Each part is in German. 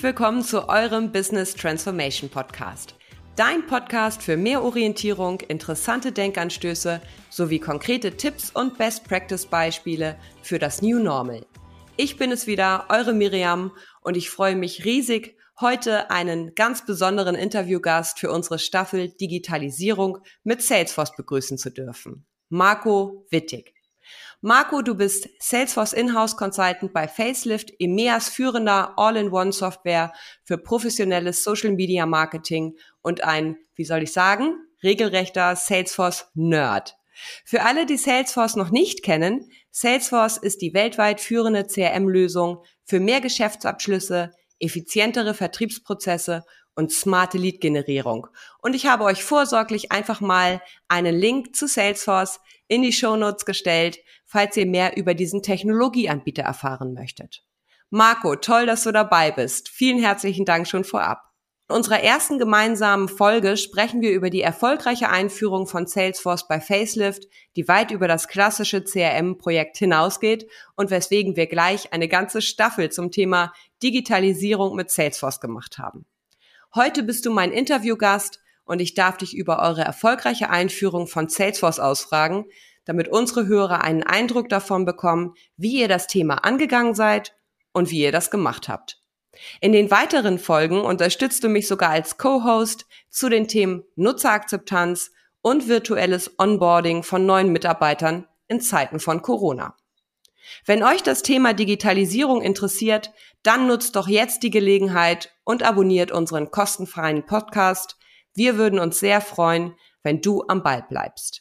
willkommen zu eurem Business Transformation Podcast. Dein Podcast für mehr Orientierung, interessante Denkanstöße sowie konkrete Tipps und Best Practice Beispiele für das New Normal. Ich bin es wieder, eure Miriam, und ich freue mich riesig, heute einen ganz besonderen Interviewgast für unsere Staffel Digitalisierung mit Salesforce begrüßen zu dürfen. Marco Wittig. Marco, du bist Salesforce Inhouse Consultant bei Facelift, EMEAs führender All-in-One-Software für professionelles Social Media Marketing und ein, regelrechter Salesforce-Nerd. Für alle, die Salesforce noch nicht kennen, Salesforce ist die weltweit führende CRM-Lösung für mehr Geschäftsabschlüsse, effizientere Vertriebsprozesse und smarte Lead-Generierung. Und ich habe euch vorsorglich einfach mal einen Link zu Salesforce in die Shownotes gestellt, falls ihr mehr über diesen Technologieanbieter erfahren möchtet. Marco, toll, dass du dabei bist. Vielen herzlichen Dank schon vorab. In unserer ersten gemeinsamen Folge sprechen wir über die erfolgreiche Einführung von Salesforce bei Facelift, die weit über das klassische CRM-Projekt hinausgeht und weswegen wir gleich eine ganze Staffel zum Thema Digitalisierung mit Salesforce gemacht haben. Heute bist du mein Interviewgast und ich darf dich über eure erfolgreiche Einführung von Salesforce ausfragen, damit unsere Hörer einen Eindruck davon bekommen, wie ihr das Thema angegangen seid und wie ihr das gemacht habt. In den weiteren Folgen unterstützt du mich sogar als Co-Host zu den Themen Nutzerakzeptanz und virtuelles Onboarding von neuen Mitarbeitern in Zeiten von Corona. Wenn euch das Thema Digitalisierung interessiert, dann nutzt doch jetzt die Gelegenheit und abonniert unseren kostenfreien Podcast. Wir würden uns sehr freuen, wenn du am Ball bleibst.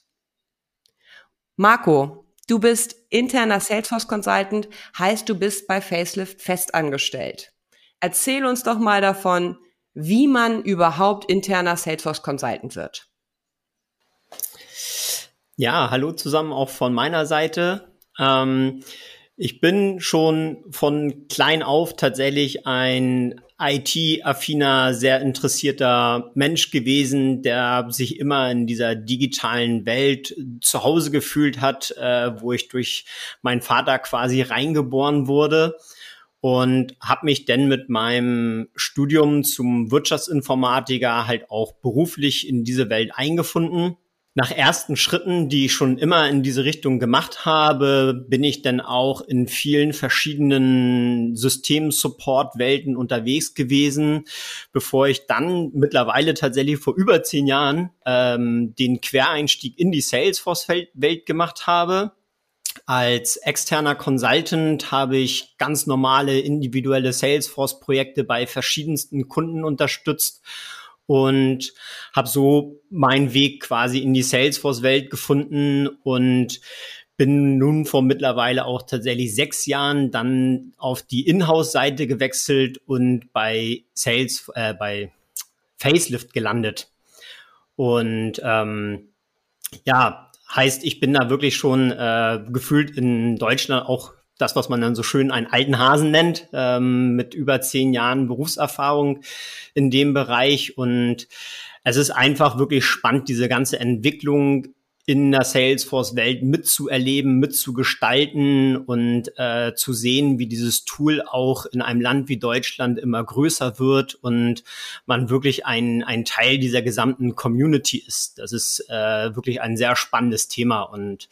Marco, du bist interner Salesforce Consultant, heißt du bist bei Facelift festangestellt. Erzähl uns doch mal davon, wie man überhaupt interner Salesforce Consultant wird. Ja, hallo zusammen auch von meiner Seite. Ich bin schon von klein auf tatsächlich ein IT-affiner, sehr interessierter Mensch gewesen, der sich immer in dieser digitalen Welt zu Hause gefühlt hat, wo ich durch meinen Vater quasi reingeboren wurde. Und habe mich dann mit meinem Studium zum Wirtschaftsinformatiker halt auch beruflich in diese Welt eingefunden. Nach ersten Schritten, die ich schon immer in diese Richtung gemacht habe, bin ich dann auch in vielen verschiedenen System-Support-Welten unterwegs gewesen, bevor ich dann mittlerweile tatsächlich vor über 10 Jahren den Quereinstieg in die Salesforce-Welt gemacht habe. Als externer Consultant habe ich ganz normale individuelle Salesforce-Projekte bei verschiedensten Kunden unterstützt und habe so meinen Weg quasi in die Salesforce-Welt gefunden und bin nun vor mittlerweile auch tatsächlich 6 Jahren dann auf die Inhouse-Seite gewechselt und bei Facelift gelandet. Und heißt, ich bin da wirklich schon gefühlt in Deutschland auch das, was man dann so schön einen alten Hasen nennt, mit über 10 Jahren Berufserfahrung in dem Bereich. Und es ist einfach wirklich spannend, diese ganze Entwicklung in der Salesforce-Welt mitzuerleben, mitzugestalten und zu sehen, wie dieses Tool auch in einem Land wie Deutschland immer größer wird und man wirklich ein Teil dieser gesamten Community ist. Das ist wirklich ein sehr spannendes Thema und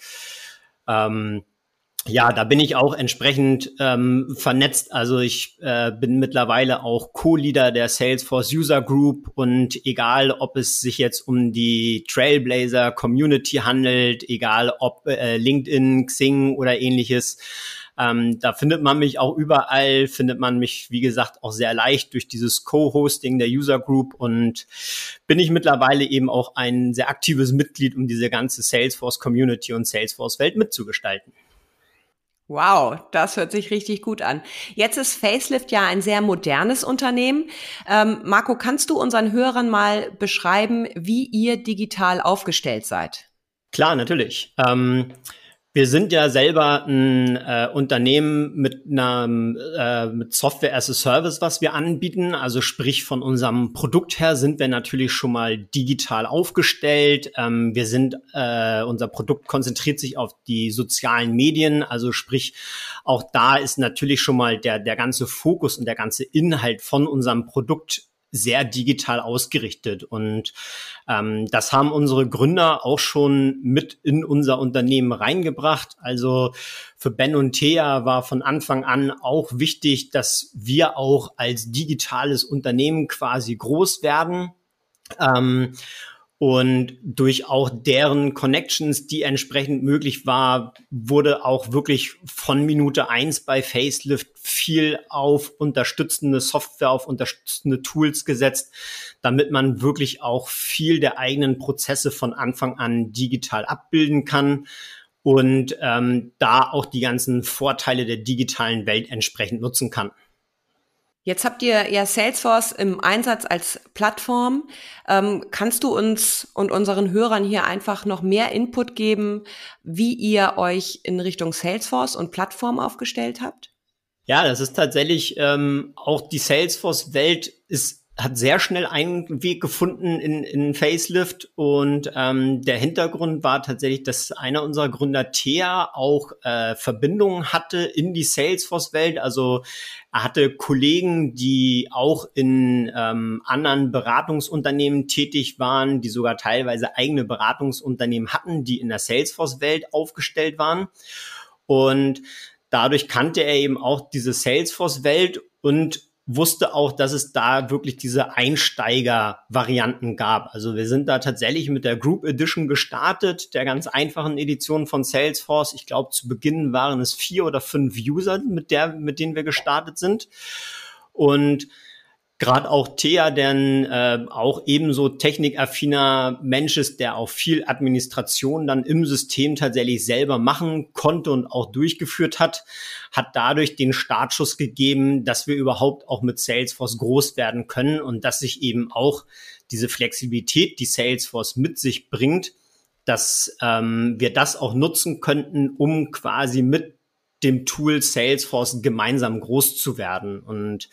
da bin ich auch entsprechend vernetzt. Also ich bin mittlerweile auch Co-Leader der Salesforce User Group und egal, ob es sich jetzt um die Trailblazer Community handelt, egal ob LinkedIn, Xing oder ähnliches, da findet man mich auch überall, findet man mich, wie gesagt, auch sehr leicht durch dieses Co-Hosting der User Group und bin ich mittlerweile eben auch ein sehr aktives Mitglied, um diese ganze Salesforce Community und Salesforce Welt mitzugestalten. Wow, das hört sich richtig gut an. Jetzt ist Facelift ja ein sehr modernes Unternehmen. Marco, kannst du unseren Hörern mal beschreiben, wie ihr digital aufgestellt seid? Klar, natürlich. Wir sind ja selber ein Unternehmen mit mit Software as a Service, was wir anbieten. Also sprich, von unserem Produkt her sind wir natürlich schon mal digital aufgestellt. Unser Produkt konzentriert sich auf die sozialen Medien. Also sprich, auch da ist natürlich schon mal der ganze Fokus und der ganze Inhalt von unserem Produkt sehr digital ausgerichtet. Und das haben unsere Gründer auch schon mit in unser Unternehmen reingebracht. Also für Ben und Thea war von Anfang an auch wichtig, dass wir auch als digitales Unternehmen quasi groß werden. Und durch auch deren Connections, die entsprechend möglich war, wurde auch wirklich von Minute 1 bei Facelift viel auf unterstützende Software, auf unterstützende Tools gesetzt, damit man wirklich auch viel der eigenen Prozesse von Anfang an digital abbilden kann und da auch die ganzen Vorteile der digitalen Welt entsprechend nutzen kann. Jetzt habt ihr ja Salesforce im Einsatz als Plattform. Kannst du uns und unseren Hörern hier einfach noch mehr Input geben, wie ihr euch in Richtung Salesforce und Plattform aufgestellt habt? Ja, das ist tatsächlich auch die Salesforce-Welt hat sehr schnell einen Weg gefunden in Facelift und der Hintergrund war tatsächlich, dass einer unserer Gründer, Thea, auch Verbindungen hatte in die Salesforce-Welt. Also er hatte Kollegen, die auch in anderen Beratungsunternehmen tätig waren, die sogar teilweise eigene Beratungsunternehmen hatten, die in der Salesforce-Welt aufgestellt waren. Und dadurch kannte er eben auch diese Salesforce-Welt und wusste auch, dass es da wirklich diese Einsteiger-Varianten gab. Also wir sind da tatsächlich mit der Group Edition gestartet, der ganz einfachen Edition von Salesforce. Ich glaube, zu Beginn waren es 4 oder 5 User, mit denen wir gestartet sind. Und gerade auch Thea, der auch ebenso technikaffiner Mensch ist, der auch viel Administration dann im System tatsächlich selber machen konnte und auch durchgeführt hat dadurch den Startschuss gegeben, dass wir überhaupt auch mit Salesforce groß werden können und dass sich eben auch diese Flexibilität, die Salesforce mit sich bringt, dass wir das auch nutzen könnten, um quasi mit dem Tool Salesforce gemeinsam groß zu werden. Und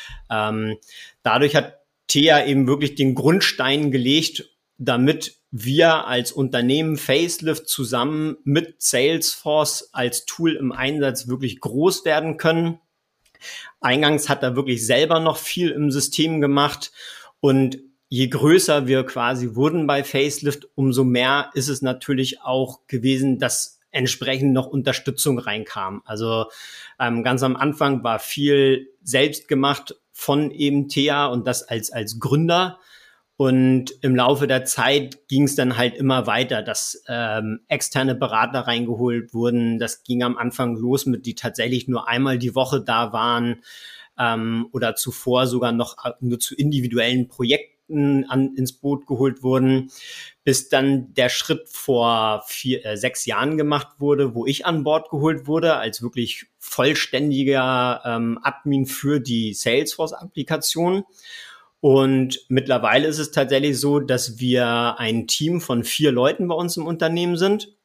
dadurch hat Thea eben wirklich den Grundstein gelegt, damit wir als Unternehmen Facelift zusammen mit Salesforce als Tool im Einsatz wirklich groß werden können. Eingangs hat er wirklich selber noch viel im System gemacht und je größer wir quasi wurden bei Facelift, umso mehr ist es natürlich auch gewesen, dass entsprechend noch Unterstützung reinkam. Also ganz am Anfang war viel selbst gemacht von eben Thea und das als Gründer. Und im Laufe der Zeit ging es dann halt immer weiter, dass externe Berater reingeholt wurden. Das ging am Anfang los mit, die tatsächlich nur einmal die Woche da waren oder zuvor sogar noch nur zu individuellen Projekten ins Boot geholt wurden, bis dann der Schritt vor 6 Jahren gemacht wurde, wo ich an Bord geholt wurde, als wirklich vollständiger Admin für die Salesforce-Applikation. Und mittlerweile ist es tatsächlich so, dass wir ein Team von 4 Leuten bei uns im Unternehmen sind,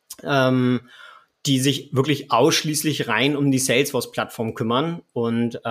die sich wirklich ausschließlich rein um die Salesforce-Plattform kümmern. Und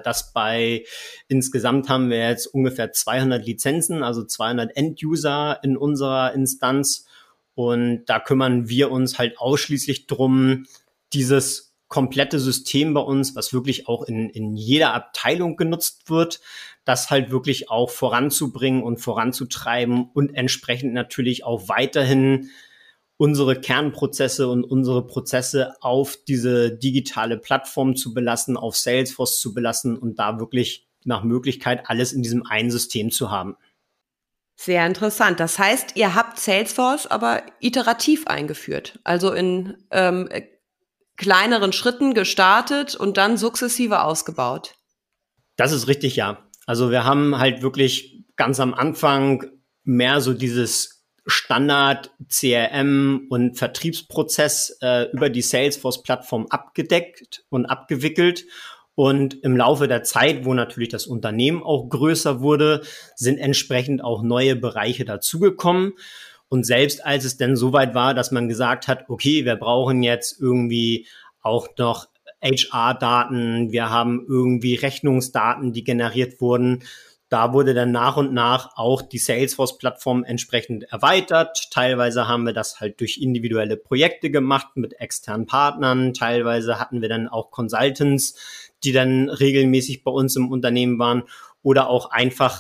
insgesamt haben wir jetzt ungefähr 200 Lizenzen, also 200 End-User in unserer Instanz. Und da kümmern wir uns halt ausschließlich drum, dieses komplette System bei uns, was wirklich auch in jeder Abteilung genutzt wird, das halt wirklich auch voranzubringen und voranzutreiben und entsprechend natürlich auch weiterhin unsere Kernprozesse und unsere Prozesse auf diese digitale Plattform zu belassen, auf Salesforce zu belassen und da wirklich nach Möglichkeit alles in diesem einen System zu haben. Sehr interessant. Das heißt, ihr habt Salesforce aber iterativ eingeführt, also in kleineren Schritten gestartet und dann sukzessive ausgebaut. Das ist richtig, ja. Also wir haben halt wirklich ganz am Anfang mehr so dieses Standard CRM und Vertriebsprozess über die Salesforce-Plattform abgedeckt und abgewickelt. Und im Laufe der Zeit, wo natürlich das Unternehmen auch größer wurde, sind entsprechend auch neue Bereiche dazugekommen. Und selbst als es dann soweit war, dass man gesagt hat, okay, wir brauchen jetzt irgendwie auch noch HR-Daten, wir haben irgendwie Rechnungsdaten, die generiert wurden. Da wurde dann nach und nach auch die Salesforce-Plattform entsprechend erweitert. Teilweise haben wir das halt durch individuelle Projekte gemacht mit externen Partnern. Teilweise hatten wir dann auch Consultants, die dann regelmäßig bei uns im Unternehmen waren oder auch einfach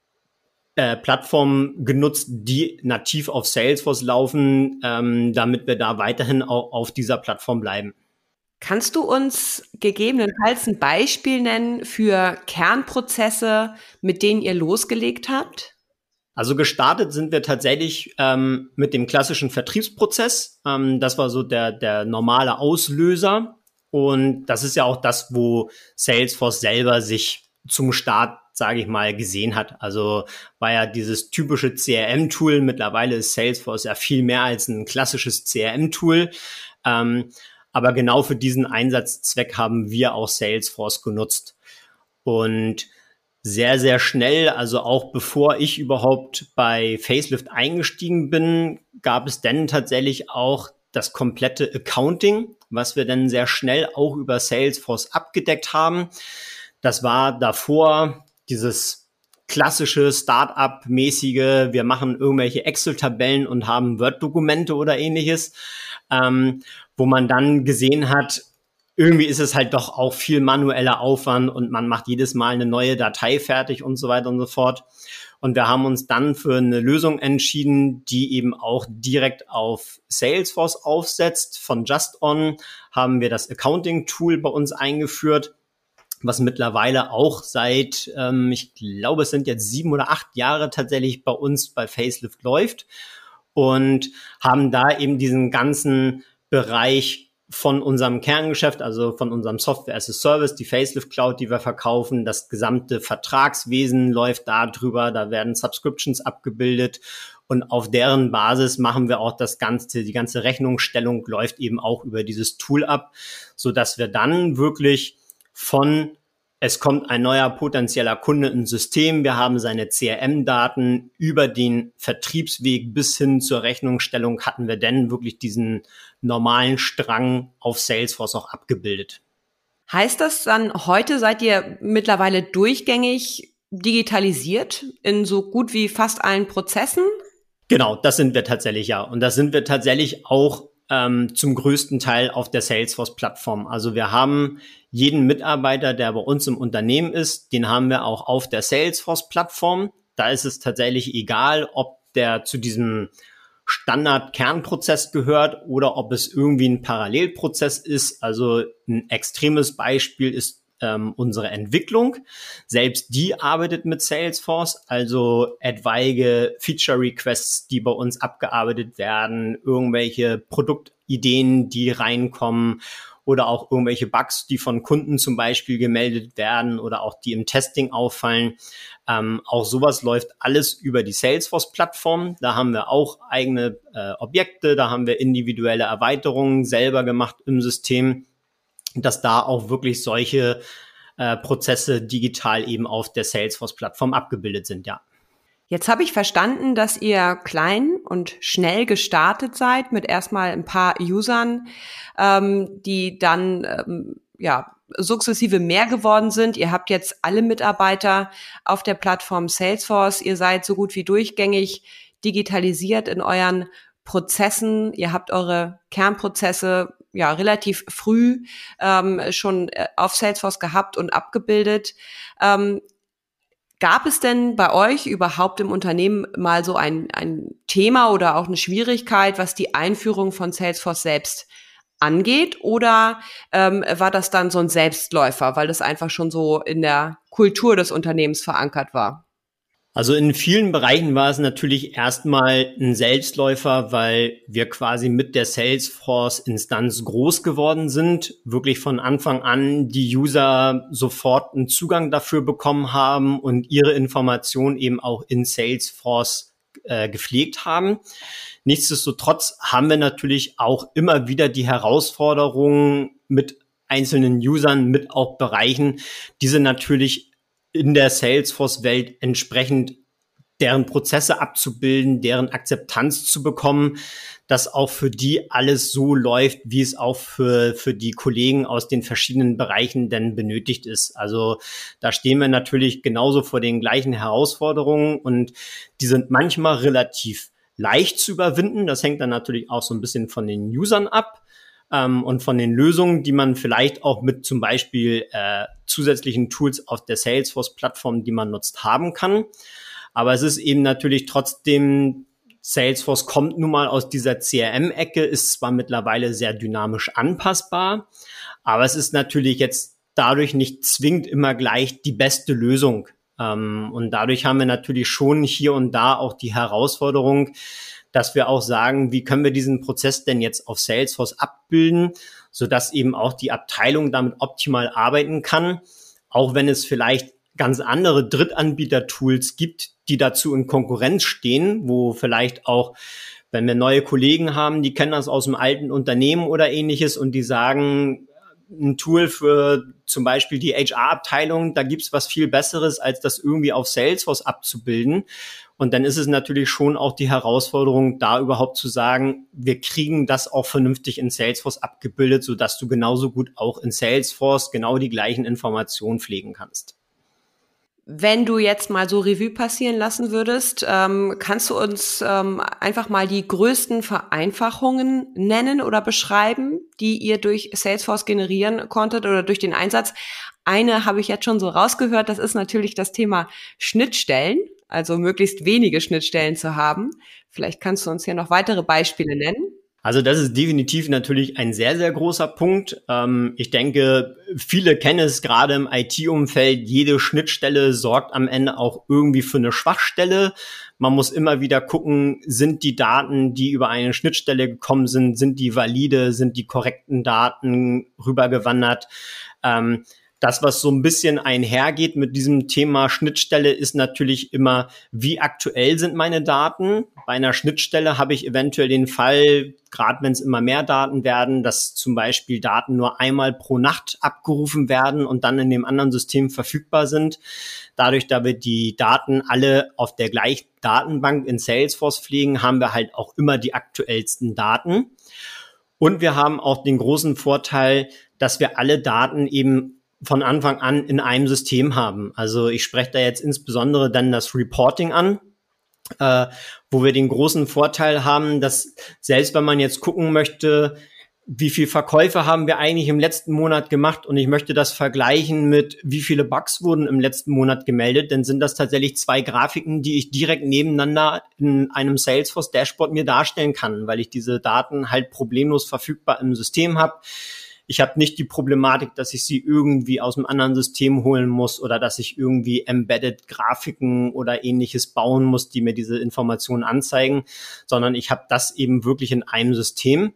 Plattformen genutzt, die nativ auf Salesforce laufen, damit wir da weiterhin auch auf dieser Plattform bleiben. Kannst du uns gegebenenfalls ein Beispiel nennen für Kernprozesse, mit denen ihr losgelegt habt? Also gestartet sind wir tatsächlich mit dem klassischen Vertriebsprozess. Das war so der normale Auslöser. Und das ist ja auch das, wo Salesforce selber sich zum Start, sage ich mal, gesehen hat. Also war ja dieses typische CRM-Tool. Mittlerweile ist Salesforce ja viel mehr als ein klassisches CRM-Tool. Aber genau für diesen Einsatzzweck haben wir auch Salesforce genutzt. Und sehr, sehr schnell, also auch bevor ich überhaupt bei Facelift eingestiegen bin, gab es dann tatsächlich auch das komplette Accounting, was wir dann sehr schnell auch über Salesforce abgedeckt haben. Das war davor dieses klassische Start-up-mäßige, wir machen irgendwelche Excel-Tabellen und haben Word-Dokumente oder ähnliches, wo man dann gesehen hat, irgendwie ist es halt doch auch viel manueller Aufwand und man macht jedes Mal eine neue Datei fertig und so weiter und so fort. Und wir haben uns dann für eine Lösung entschieden, die eben auch direkt auf Salesforce aufsetzt. Von JustOn haben wir das Accounting-Tool bei uns eingeführt, was mittlerweile auch seit, ich glaube, es sind jetzt 7 oder 8 Jahre tatsächlich bei uns bei Facelift läuft und haben da eben diesen ganzen Bereich von unserem Kerngeschäft, also von unserem Software as a Service, die Facelift Cloud, die wir verkaufen, das gesamte Vertragswesen läuft da drüber, da werden Subscriptions abgebildet und auf deren Basis machen wir auch das Ganze, die ganze Rechnungsstellung läuft eben auch über dieses Tool ab, so dass wir dann wirklich von es kommt ein neuer potenzieller Kunde ins System, wir haben seine CRM-Daten über den Vertriebsweg bis hin zur Rechnungsstellung hatten wir dann wirklich diesen normalen Strang auf Salesforce auch abgebildet. Heißt das dann, heute seid ihr mittlerweile durchgängig digitalisiert in so gut wie fast allen Prozessen? Genau, das sind wir tatsächlich, ja. Und das sind wir tatsächlich auch zum größten Teil auf der Salesforce-Plattform. Also wir haben jeden Mitarbeiter, der bei uns im Unternehmen ist, den haben wir auch auf der Salesforce-Plattform. Da ist es tatsächlich egal, ob der zu diesem Standard-Kernprozess gehört oder ob es irgendwie ein Parallelprozess ist. Also ein extremes Beispiel ist unsere Entwicklung. Selbst die arbeitet mit Salesforce, also etwaige Feature-Requests, die bei uns abgearbeitet werden, irgendwelche Produktideen, die reinkommen oder auch irgendwelche Bugs, die von Kunden zum Beispiel gemeldet werden oder auch die im Testing auffallen. Auch sowas läuft alles über die Salesforce-Plattform. Da haben wir auch eigene Objekte, da haben wir individuelle Erweiterungen selber gemacht im System, dass da auch wirklich solche Prozesse digital eben auf der Salesforce-Plattform abgebildet sind, ja. Jetzt habe ich verstanden, dass ihr klein und schnell gestartet seid mit erstmal ein paar Usern, die dann sukzessive mehr geworden sind. Ihr habt jetzt alle Mitarbeiter auf der Plattform Salesforce. Ihr seid so gut wie durchgängig digitalisiert in euren Prozessen. Ihr habt eure Kernprozesse ja relativ früh schon auf Salesforce gehabt und abgebildet. Gab es denn bei euch überhaupt im Unternehmen mal so ein Thema oder auch eine Schwierigkeit, was die Einführung von Salesforce selbst angeht? Oder war das dann so ein Selbstläufer, weil das einfach schon so in der Kultur des Unternehmens verankert war? Also in vielen Bereichen war es natürlich erstmal ein Selbstläufer, weil wir quasi mit der Salesforce-Instanz groß geworden sind, wirklich von Anfang an die User sofort einen Zugang dafür bekommen haben und ihre Informationen eben auch in Salesforce gepflegt haben. Nichtsdestotrotz haben wir natürlich auch immer wieder die Herausforderungen mit einzelnen Usern, mit auch Bereichen, diese natürlich in der Salesforce-Welt entsprechend deren Prozesse abzubilden, deren Akzeptanz zu bekommen, dass auch für die alles so läuft, wie es auch für die Kollegen aus den verschiedenen Bereichen denn benötigt ist. Also da stehen wir natürlich genauso vor den gleichen Herausforderungen und die sind manchmal relativ leicht zu überwinden. Das hängt dann natürlich auch so ein bisschen von den Usern ab und von den Lösungen, die man vielleicht auch mit zum Beispiel zusätzlichen Tools auf der Salesforce-Plattform, die man nutzt, haben kann. Aber es ist eben natürlich trotzdem, Salesforce kommt nun mal aus dieser CRM-Ecke, ist zwar mittlerweile sehr dynamisch anpassbar, aber es ist natürlich jetzt dadurch nicht zwingend immer gleich die beste Lösung. Und dadurch haben wir natürlich schon hier und da auch die Herausforderung, dass wir auch sagen, wie können wir diesen Prozess denn jetzt auf Salesforce abbilden, sodass eben auch die Abteilung damit optimal arbeiten kann, auch wenn es vielleicht ganz andere Drittanbieter-Tools gibt, die dazu in Konkurrenz stehen, wo vielleicht auch, wenn wir neue Kollegen haben, die kennen das aus dem alten Unternehmen oder ähnliches und die sagen, ein Tool für zum Beispiel die HR-Abteilung, da gibt's was viel Besseres, als das irgendwie auf Salesforce abzubilden. Und dann ist es natürlich schon auch die Herausforderung, da überhaupt zu sagen, wir kriegen das auch vernünftig in Salesforce abgebildet, sodass du genauso gut auch in Salesforce genau die gleichen Informationen pflegen kannst. Wenn du jetzt mal so Revue passieren lassen würdest, kannst du uns einfach mal die größten Vereinfachungen nennen oder beschreiben, die ihr durch Salesforce generieren konntet oder durch den Einsatz? Eine habe ich jetzt schon so rausgehört, das ist natürlich das Thema Schnittstellen, also möglichst wenige Schnittstellen zu haben. Vielleicht kannst du uns hier noch weitere Beispiele nennen. Also das ist definitiv natürlich ein sehr, sehr großer Punkt. Ich denke, viele kennen es gerade im IT-Umfeld. Jede Schnittstelle sorgt am Ende auch irgendwie für eine Schwachstelle. Man muss immer wieder gucken, sind die Daten, die über eine Schnittstelle gekommen sind die valide, sind die korrekten Daten rübergewandert? Das, was so ein bisschen einhergeht mit diesem Thema Schnittstelle, ist natürlich immer, wie aktuell sind meine Daten? Bei einer Schnittstelle habe ich eventuell den Fall, gerade wenn es immer mehr Daten werden, dass zum Beispiel Daten nur einmal pro Nacht abgerufen werden und dann in dem anderen System verfügbar sind. Dadurch, da wir die Daten alle auf der gleichen Datenbank in Salesforce pflegen, haben wir halt auch immer die aktuellsten Daten. Und wir haben auch den großen Vorteil, dass wir alle Daten eben von Anfang an in einem System haben. Also ich spreche da jetzt insbesondere dann das Reporting an, wo wir den großen Vorteil haben, dass selbst wenn man jetzt gucken möchte, wie viel Verkäufe haben wir eigentlich im letzten Monat gemacht und ich möchte das vergleichen mit wie viele Bugs wurden im letzten Monat gemeldet, dann sind das tatsächlich 2 Grafiken, die ich direkt nebeneinander in einem Salesforce Dashboard mir darstellen kann, weil ich diese Daten halt problemlos verfügbar im System habe. Ich habe nicht die Problematik, dass ich sie irgendwie aus einem anderen System holen muss oder dass ich irgendwie embedded Grafiken oder ähnliches bauen muss, die mir diese Informationen anzeigen, sondern ich habe das eben wirklich in einem System.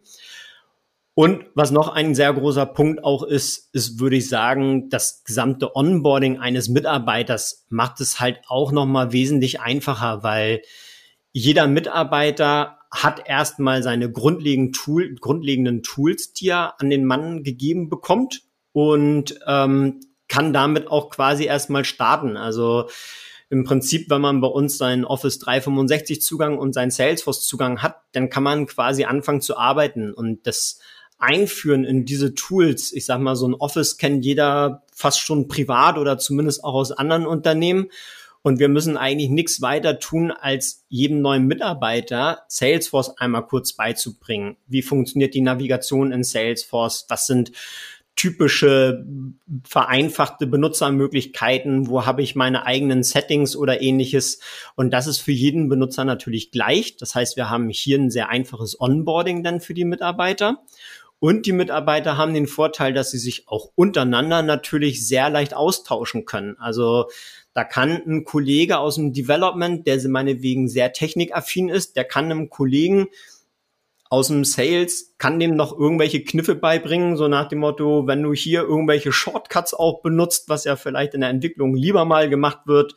Und was noch ein sehr großer Punkt auch ist, würde ich sagen, das gesamte Onboarding eines Mitarbeiters macht es halt auch nochmal wesentlich einfacher, weil jeder Mitarbeiter hat erstmal seine grundlegenden Tools, die er an den Mann gegeben bekommt und kann damit auch quasi erstmal starten. Also im Prinzip, wenn man bei uns seinen Office 365 Zugang und seinen Salesforce Zugang hat, dann kann man quasi anfangen zu arbeiten und das Einführen in diese Tools. Ich sag mal, so ein Office kennt jeder fast schon privat oder zumindest auch aus anderen Unternehmen. Und wir müssen eigentlich nichts weiter tun, als jedem neuen Mitarbeiter Salesforce einmal kurz beizubringen. Wie funktioniert die Navigation in Salesforce? Was sind typische vereinfachte Benutzermöglichkeiten? Wo habe ich meine eigenen Settings oder ähnliches? Und das ist für jeden Benutzer natürlich gleich. Das heißt, wir haben hier ein sehr einfaches Onboarding dann für die Mitarbeiter. Und die Mitarbeiter haben den Vorteil, dass sie sich auch untereinander natürlich sehr leicht austauschen können. Also da kann ein Kollege aus dem Development, der meinetwegen sehr technikaffin ist, der kann einem Kollegen aus dem Sales, kann dem noch irgendwelche Kniffe beibringen, so nach dem Motto, wenn du hier irgendwelche Shortcuts auch benutzt, was ja vielleicht in der Entwicklung lieber mal gemacht wird,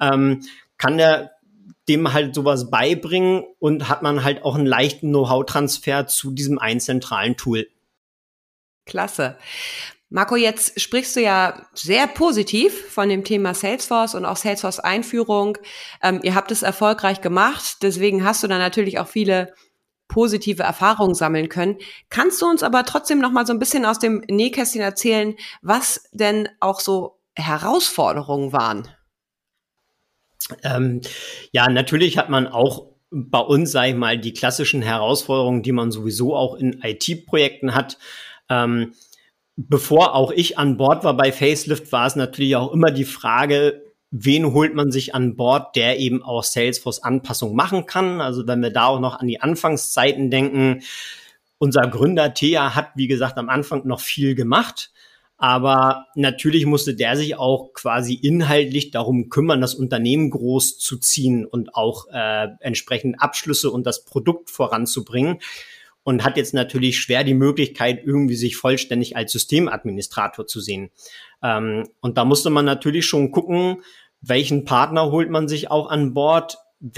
kann der dem halt sowas beibringen und hat man halt auch einen leichten Know-how-Transfer zu diesem einen zentralen Tool. Klasse. Marco, jetzt sprichst du ja sehr positiv von dem Thema Salesforce und auch Salesforce-Einführung. Ihr habt es erfolgreich gemacht, deswegen hast du da natürlich auch viele positive Erfahrungen sammeln können. Kannst du uns aber trotzdem noch mal so ein bisschen aus dem Nähkästchen erzählen, was denn auch so Herausforderungen waren? Ja, natürlich hat man auch bei uns, sage ich mal, die klassischen Herausforderungen, die man sowieso auch in IT-Projekten hat. Bevor auch ich an Bord war bei Facelift, war es natürlich auch immer die Frage, wen holt man sich an Bord, der eben auch Salesforce-Anpassung machen kann. Also wenn wir da auch noch an die Anfangszeiten denken, unser Gründer Thea hat, wie gesagt, am Anfang noch viel gemacht. Aber natürlich musste der sich auch quasi inhaltlich darum kümmern, das Unternehmen groß zu ziehen und auch entsprechend Abschlüsse und das Produkt voranzubringen. Und hat jetzt natürlich schwer die Möglichkeit, irgendwie sich vollständig als Systemadministrator zu sehen. Und da musste man natürlich schon gucken, welchen Partner holt man sich auch an Bord,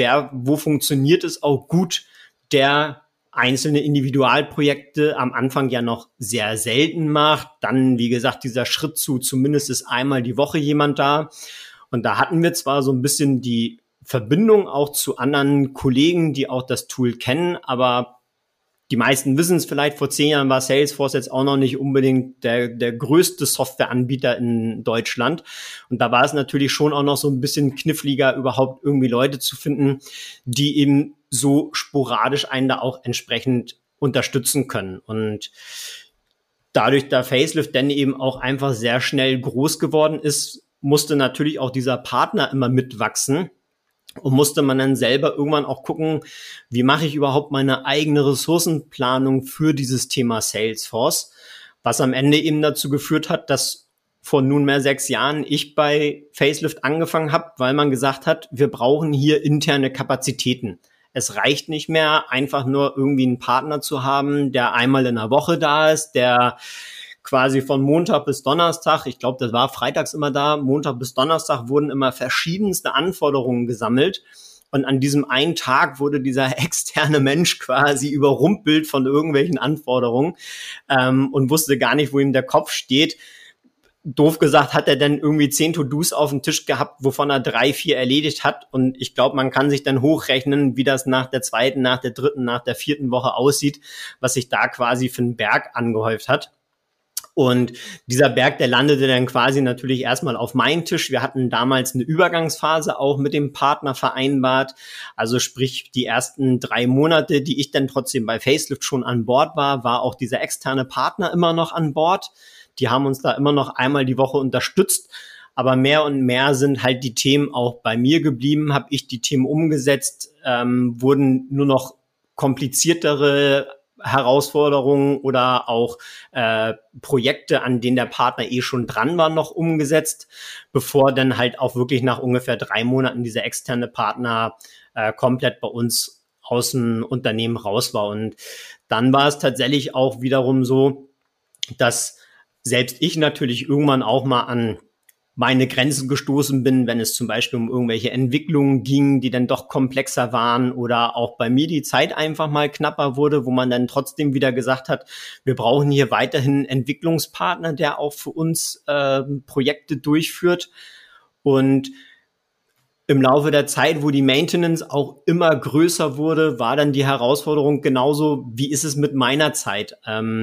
wo funktioniert es auch gut, der einzelne Individualprojekte am Anfang ja noch sehr selten macht. Dann, wie gesagt, dieser Schritt zu zumindest ist einmal die Woche jemand da. Und da hatten wir zwar so ein bisschen die Verbindung auch zu anderen Kollegen, die auch das Tool kennen, aber die meisten wissen es vielleicht, vor 10 Jahren war Salesforce jetzt auch noch nicht unbedingt der größte Softwareanbieter in Deutschland. Und da war es natürlich schon auch noch so ein bisschen kniffliger, überhaupt irgendwie Leute zu finden, die eben so sporadisch einen da auch entsprechend unterstützen können. Und dadurch, da Facelift dann eben auch einfach sehr schnell groß geworden ist, musste natürlich auch dieser Partner immer mitwachsen. Und musste man dann selber irgendwann auch gucken, wie mache ich überhaupt meine eigene Ressourcenplanung für dieses Thema Salesforce, was am Ende eben dazu geführt hat, dass vor nunmehr 6 Jahren ich bei Facelift angefangen habe, weil man gesagt hat, wir brauchen hier interne Kapazitäten. Es reicht nicht mehr, einfach nur irgendwie einen Partner zu haben, der einmal in der Woche da ist, der quasi von Montag bis Donnerstag, ich glaube, das war freitags immer da, Montag bis Donnerstag wurden immer verschiedenste Anforderungen gesammelt. Und an diesem einen Tag wurde dieser externe Mensch quasi überrumpelt von irgendwelchen Anforderungen und wusste gar nicht, wo ihm der Kopf steht. Doof gesagt, hat er dann irgendwie 10 To-Dos auf dem Tisch gehabt, wovon er 3, 4 erledigt hat. Und ich glaube, man kann sich dann hochrechnen, wie das nach der 2., nach der 3., nach der 4. Woche aussieht, was sich da quasi für einen Berg angehäuft hat. Und dieser Berg, der landete dann quasi natürlich erstmal auf meinen Tisch. Wir hatten damals eine Übergangsphase auch mit dem Partner vereinbart. Also sprich, die ersten 3 Monate, die ich dann trotzdem bei Facelift schon an Bord war auch dieser externe Partner immer noch an Bord. Die haben uns da immer noch einmal die Woche unterstützt. Aber mehr und mehr sind halt die Themen auch bei mir geblieben, habe ich die Themen umgesetzt, wurden nur noch kompliziertere Herausforderungen oder auch Projekte, an denen der Partner schon dran war, noch umgesetzt, bevor dann halt auch wirklich nach ungefähr 3 Monaten dieser externe Partner komplett bei uns aus dem Unternehmen raus war. Und dann war es tatsächlich auch wiederum so, dass selbst ich natürlich irgendwann auch mal an meine Grenzen gestoßen bin, wenn es zum Beispiel um irgendwelche Entwicklungen ging, die dann doch komplexer waren oder auch bei mir die Zeit einfach mal knapper wurde, wo man dann trotzdem wieder gesagt hat, wir brauchen hier weiterhin einen Entwicklungspartner, der auch für uns Projekte durchführt. Und im Laufe der Zeit, wo die Maintenance auch immer größer wurde, war dann die Herausforderung genauso, wie ist es mit meiner Zeit?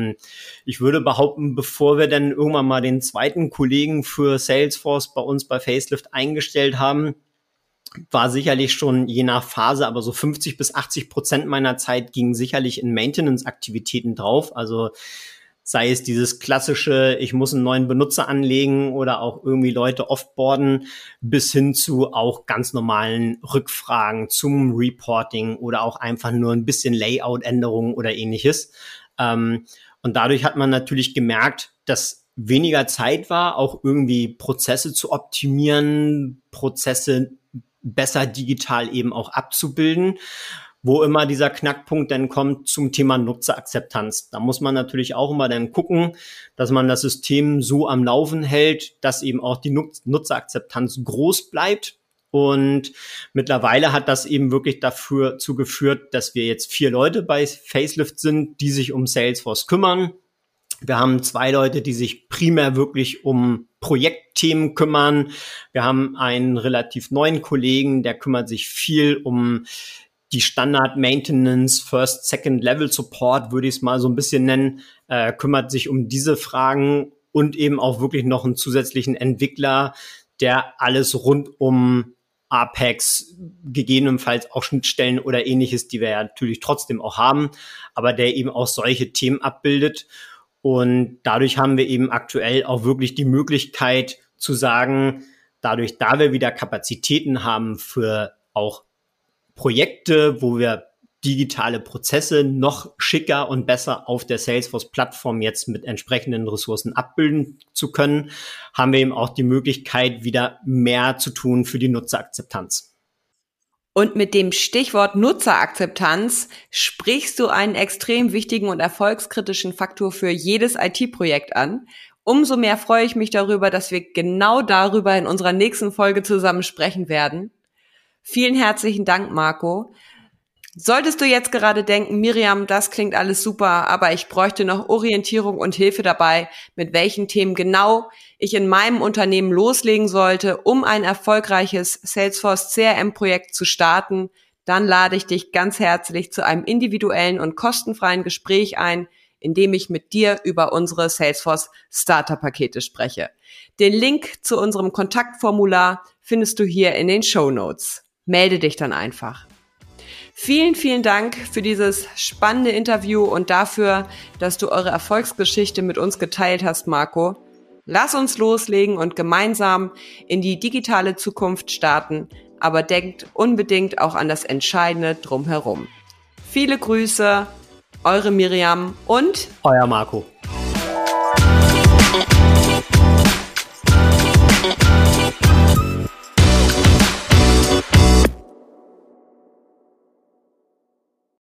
Ich würde behaupten, bevor wir dann irgendwann mal den zweiten Kollegen für Salesforce bei uns bei Facelift eingestellt haben, war sicherlich schon je nach Phase, aber so 50-80% meiner Zeit ging sicherlich in Maintenance-Aktivitäten drauf. Also sei es dieses klassische, ich muss einen neuen Benutzer anlegen oder auch irgendwie Leute offboarden, bis hin zu auch ganz normalen Rückfragen zum Reporting oder auch einfach nur ein bisschen Layout-Änderungen oder ähnliches. Und dadurch hat man natürlich gemerkt, dass weniger Zeit war, auch irgendwie Prozesse zu optimieren, Prozesse besser digital eben auch abzubilden. Wo immer dieser Knackpunkt dann kommt zum Thema Nutzerakzeptanz. Da muss man natürlich auch immer dann gucken, dass man das System so am Laufen hält, dass eben auch die Nutzerakzeptanz groß bleibt. Und mittlerweile hat das eben wirklich dazu geführt, dass wir jetzt 4 Leute bei Facelift sind, die sich um Salesforce kümmern. Wir haben 2 Leute, die sich primär wirklich um Projektthemen kümmern. Wir haben einen relativ neuen Kollegen, der kümmert sich viel um die Standard-Maintenance, First-, Second-Level-Support, würde ich es mal so ein bisschen nennen, kümmert sich um diese Fragen und eben auch wirklich noch einen zusätzlichen Entwickler, der alles rund um Apex, gegebenenfalls auch Schnittstellen oder ähnliches, die wir ja natürlich trotzdem auch haben, aber der eben auch solche Themen abbildet. Und dadurch haben wir eben aktuell auch wirklich die Möglichkeit zu sagen, dadurch, da wir wieder Kapazitäten haben für auch Projekte, wo wir digitale Prozesse noch schicker und besser auf der Salesforce-Plattform jetzt mit entsprechenden Ressourcen abbilden zu können, haben wir eben auch die Möglichkeit, wieder mehr zu tun für die Nutzerakzeptanz. Und mit dem Stichwort Nutzerakzeptanz sprichst du einen extrem wichtigen und erfolgskritischen Faktor für jedes IT-Projekt an. Umso mehr freue ich mich darüber, dass wir genau darüber in unserer nächsten Folge zusammen sprechen werden. Vielen herzlichen Dank, Marco. Solltest du jetzt gerade denken, Miriam, das klingt alles super, aber ich bräuchte noch Orientierung und Hilfe dabei, mit welchen Themen genau ich in meinem Unternehmen loslegen sollte, um ein erfolgreiches Salesforce CRM-Projekt zu starten, dann lade ich dich ganz herzlich zu einem individuellen und kostenfreien Gespräch ein, in dem ich mit dir über unsere Salesforce Starter-Pakete spreche. Den Link zu unserem Kontaktformular findest du hier in den Shownotes. Melde dich dann einfach. Vielen, vielen Dank für dieses spannende Interview und dafür, dass du eure Erfolgsgeschichte mit uns geteilt hast, Marco. Lass uns loslegen und gemeinsam in die digitale Zukunft starten, aber denkt unbedingt auch an das Entscheidende drumherum. Viele Grüße, eure Miriam und euer Marco.